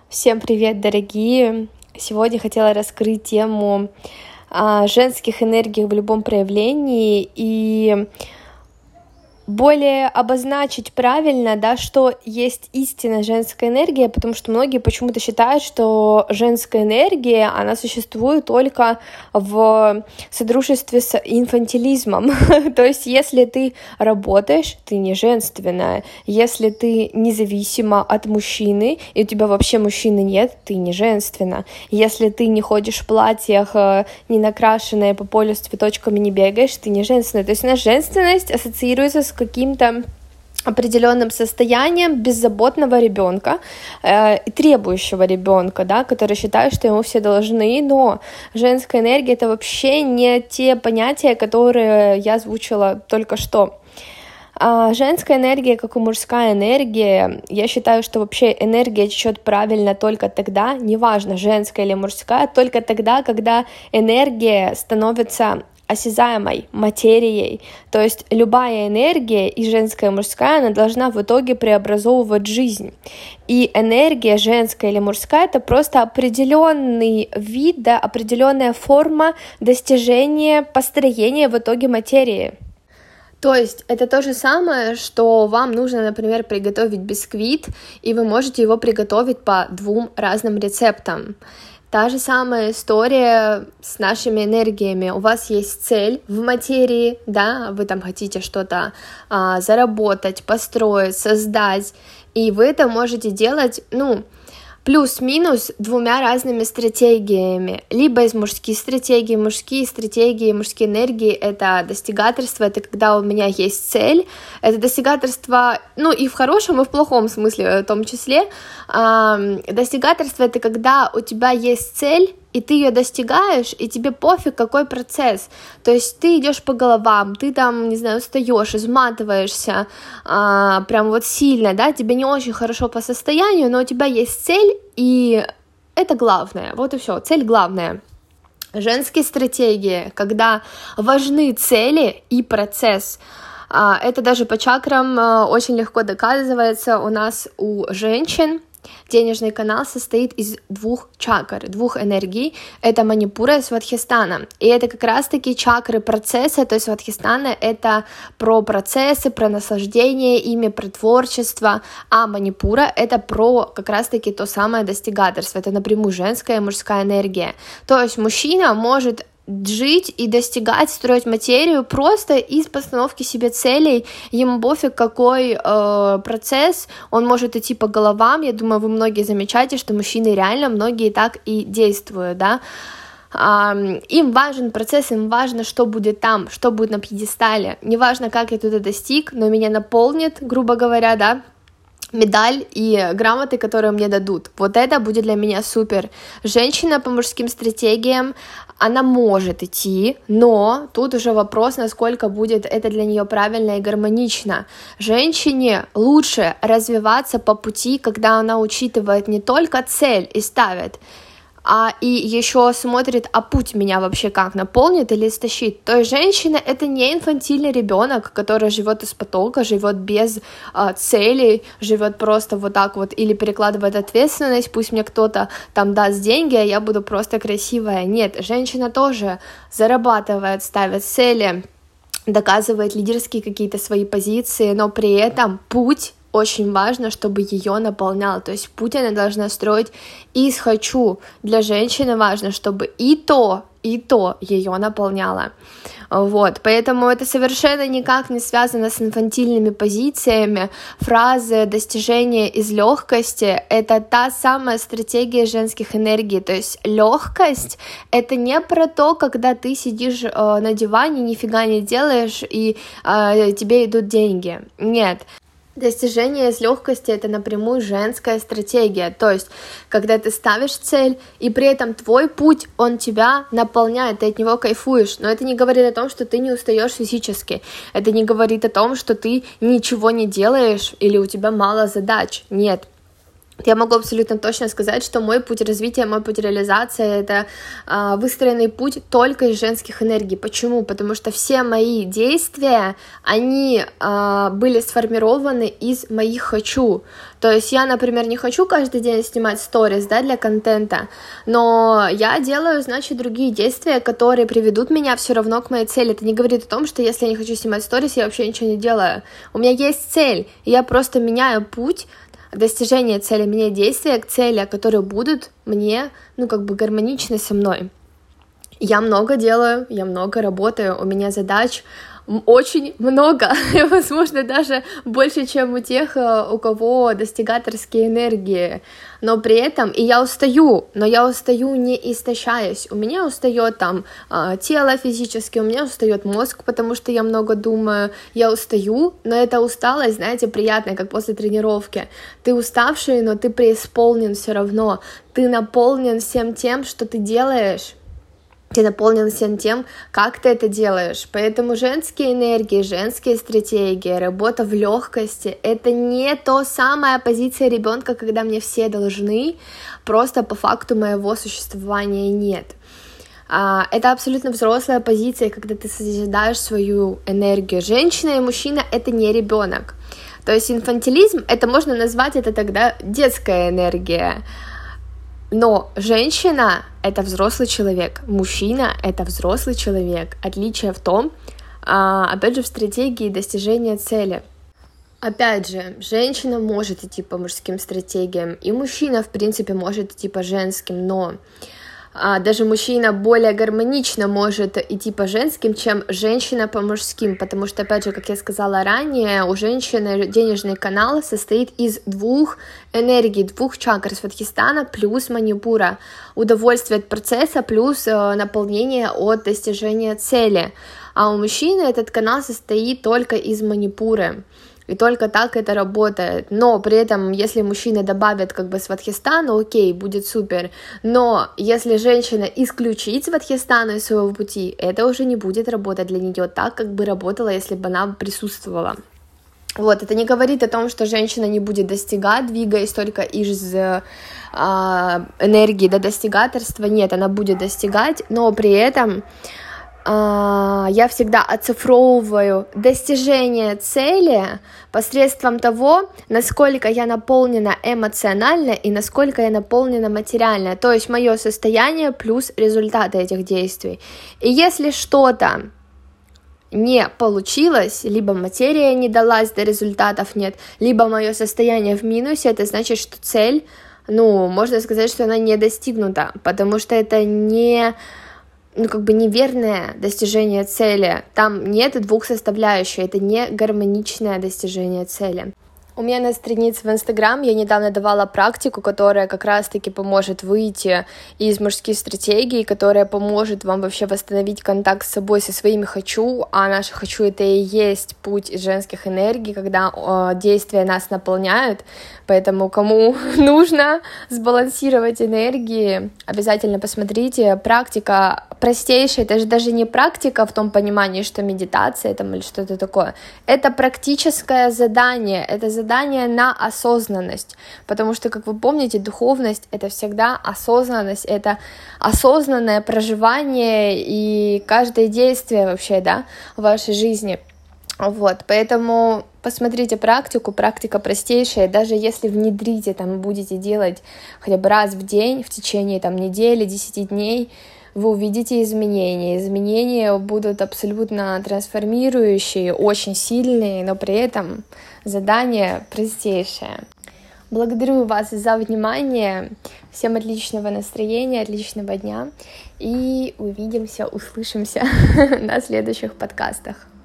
Всем привет, дорогие! Сегодня хотела раскрыть тему женских энергий в любом проявлении и более обозначить правильно, да, что есть истинная женская энергия, потому что многие почему-то считают, что женская энергия, она существует только в содружестве с инфантилизмом. То есть, если ты работаешь, ты не женственная. Если ты независима от мужчины, и у тебя вообще мужчины нет, ты не женственна. Если ты не ходишь в платьях, не накрашенная, по полю с цветочками не бегаешь, ты не женственная. То есть, у нас женственность ассоциируется с каким-то определенным состоянием беззаботного ребенка и требующего ребенка, да, который считает, что ему все должны, но женская энергия — это вообще не те понятия, которые я озвучила только что. Женская энергия, как и мужская энергия, я считаю, что вообще энергия течет правильно только тогда, неважно, женская или мужская, только тогда, когда энергия становится осязаемой материей, то есть любая энергия, и женская, и мужская, она должна в итоге преобразовывать жизнь. И энергия женская или мужская — это просто определенный вид, да, определенная форма достижения, построения в итоге материи. То есть это то же самое, что вам нужно, например, приготовить бисквит, и вы можете его приготовить по 2 разным рецептам. Та же самая история с нашими энергиями. У вас есть цель в материи, да, вы там хотите что-то заработать, построить, создать, и вы это можете делать, плюс-минус 2 разными стратегиями. Либо из мужские стратегии, мужские энергии — это достигательство, это когда у меня есть цель, это достигательство, и в хорошем, и в плохом смысле в том числе. Достигательство — это когда у тебя есть цель, и ты ее достигаешь, и тебе пофиг, какой процесс. То есть ты идешь по головам, ты там, устаешь, изматываешься, прям вот сильно, да, тебе не очень хорошо по состоянию, но у тебя есть цель, и это главное, вот и все, цель главная. Женские стратегии, когда важны цели и процесс. Это даже по чакрам очень легко доказывается у женщин. Денежный канал состоит из 2 чакр, 2 энергий, это Манипура и Свадхистана, и это как раз-таки чакры процесса, то есть Свадхистана — это про процессы, про наслаждение ими, про творчество, а Манипура — это про как раз-таки то самое достигательство, это напрямую женская и мужская энергия, то есть мужчина может жить и достигать, строить материю просто из постановки себе целей, ему пофиг какой процесс, он может идти по головам, я думаю, вы многие замечаете, что мужчины реально, многие так и действуют, да, им важен процесс, им важно, что будет там, что будет на пьедестале, неважно, как я туда достиг, но меня наполнит, грубо говоря, да, медаль и грамоты, которые мне дадут. Вот это будет для меня супер. Женщина по мужским стратегиям, она может идти, но тут уже вопрос, насколько будет это для нее правильно и гармонично. Женщине лучше развиваться по пути, когда она учитывает не только цель и ставит, и еще смотрит, путь меня вообще как, наполнит или истощит. То есть женщина — это не инфантильный ребенок, который живет из потока, живет без целей, живет просто вот так вот, или перекладывает ответственность, пусть мне кто-то там даст деньги, а я буду просто красивая. Нет, женщина тоже зарабатывает, ставит цели, доказывает лидерские какие-то свои позиции, но при этом путь очень важно, чтобы ее наполнял, то есть путь она должна строить из «хочу». Для женщины важно, чтобы и то ее наполняло. Вот, поэтому это совершенно никак не связано с инфантильными позициями. Фразы «достижение из легкости» — это та самая стратегия женских энергий, то есть легкость — это не про то, когда ты сидишь на диване, нифига не делаешь, и тебе идут деньги. Нет. Достижение из легкости — это напрямую женская стратегия, то есть когда ты ставишь цель, и при этом твой путь, он тебя наполняет, ты от него кайфуешь, но это не говорит о том, что ты не устаешь физически, это не говорит о том, что ты ничего не делаешь или у тебя мало задач, нет. Я могу абсолютно точно сказать, что мой путь развития, мой путь реализации — это выстроенный путь только из женских энергий. Почему? Потому что все мои действия, они были сформированы из моих «хочу». То есть я, например, не хочу каждый день снимать сторис, да, для контента, но я делаю, значит, другие действия, которые приведут меня все равно к моей цели. Это не говорит о том, что если я не хочу снимать сторис, я вообще ничего не делаю. У меня есть цель, и я просто меняю путь достижение цели, менять действия к цели, которые будут мне, гармоничны со мной. Я много делаю, я много работаю, у меня задач очень много, возможно, даже больше, чем у тех, у кого достигаторские энергии, но при этом, и я устаю, но я устаю не истощаясь, у меня устает там тело физически, у меня устает мозг, потому что я много думаю, я устаю, но эта усталость, знаете, приятная, как после тренировки, ты уставший, но ты преисполнен все равно, ты наполнен всем тем, что ты делаешь, ты наполнен всем тем, как ты это делаешь. Поэтому женские энергии, женские стратегии, работа в легкости — это не то самая позиция ребенка, когда мне все должны, просто по факту моего существования нет. Это абсолютно взрослая позиция, когда ты созидаешь свою энергию. Женщина и мужчина — это не ребенок. То есть инфантилизм, это можно назвать, это тогда детская энергия. Но женщина — это взрослый человек, мужчина — это взрослый человек. Отличие в том, опять же, в стратегии достижения цели. Опять же, женщина может идти по мужским стратегиям, и мужчина, в принципе, может идти по женским, но даже мужчина более гармонично может идти по женским, чем женщина по мужским, потому что, опять же, как я сказала ранее, у женщины денежный канал состоит из двух энергий, двух чакр, свадхистана плюс манипура, удовольствие от процесса плюс наполнение от достижения цели, а у мужчины этот канал состоит только из манипуры. И только так это работает. Но при этом, если мужчина добавит свадхистану, окей, будет супер. Но если женщина исключит свадхистану из своего пути, это уже не будет работать для нее так, как бы работало, если бы она присутствовала. Вот, это не говорит о том, что женщина не будет достигать, двигаясь только из энергии до достигаторства. Нет, она будет достигать, но при этом я всегда оцифровываю достижение цели посредством того, насколько я наполнена эмоционально и насколько я наполнена материально, то есть мое состояние плюс результаты этих действий. И если что-то не получилось, либо материя не далась, до результатов нет, либо мое состояние в минусе, это значит, что цель, можно сказать, что она не достигнута, потому что это неверное достижение цели. Там нет двух составляющих, это не гармоничное достижение цели. У меня на странице в Инстаграм я недавно давала практику, которая как раз-таки поможет выйти из мужских стратегий, которая поможет вам вообще восстановить контакт с собой, со своими «хочу», а наше «хочу» — это и есть путь из женских энергий, когда действия нас наполняют, поэтому кому нужно сбалансировать энергии, обязательно посмотрите. Практика простейшая, это же даже не практика в том понимании, что медитация там или что-то такое, это практическое задание, это задание на осознанность, потому что, как вы помните, духовность — это всегда осознанность, это осознанное проживание и каждое действие вообще, в вашей жизни. Вот, поэтому посмотрите практику, практика простейшая, даже если внедрите, будете делать хотя бы раз в день в течение недели, 10 дней, вы увидите изменения. Изменения будут абсолютно трансформирующие, очень сильные, но при этом задание простейшее. Благодарю вас за внимание. Всем отличного настроения, отличного дня. И увидимся, услышимся на следующих подкастах.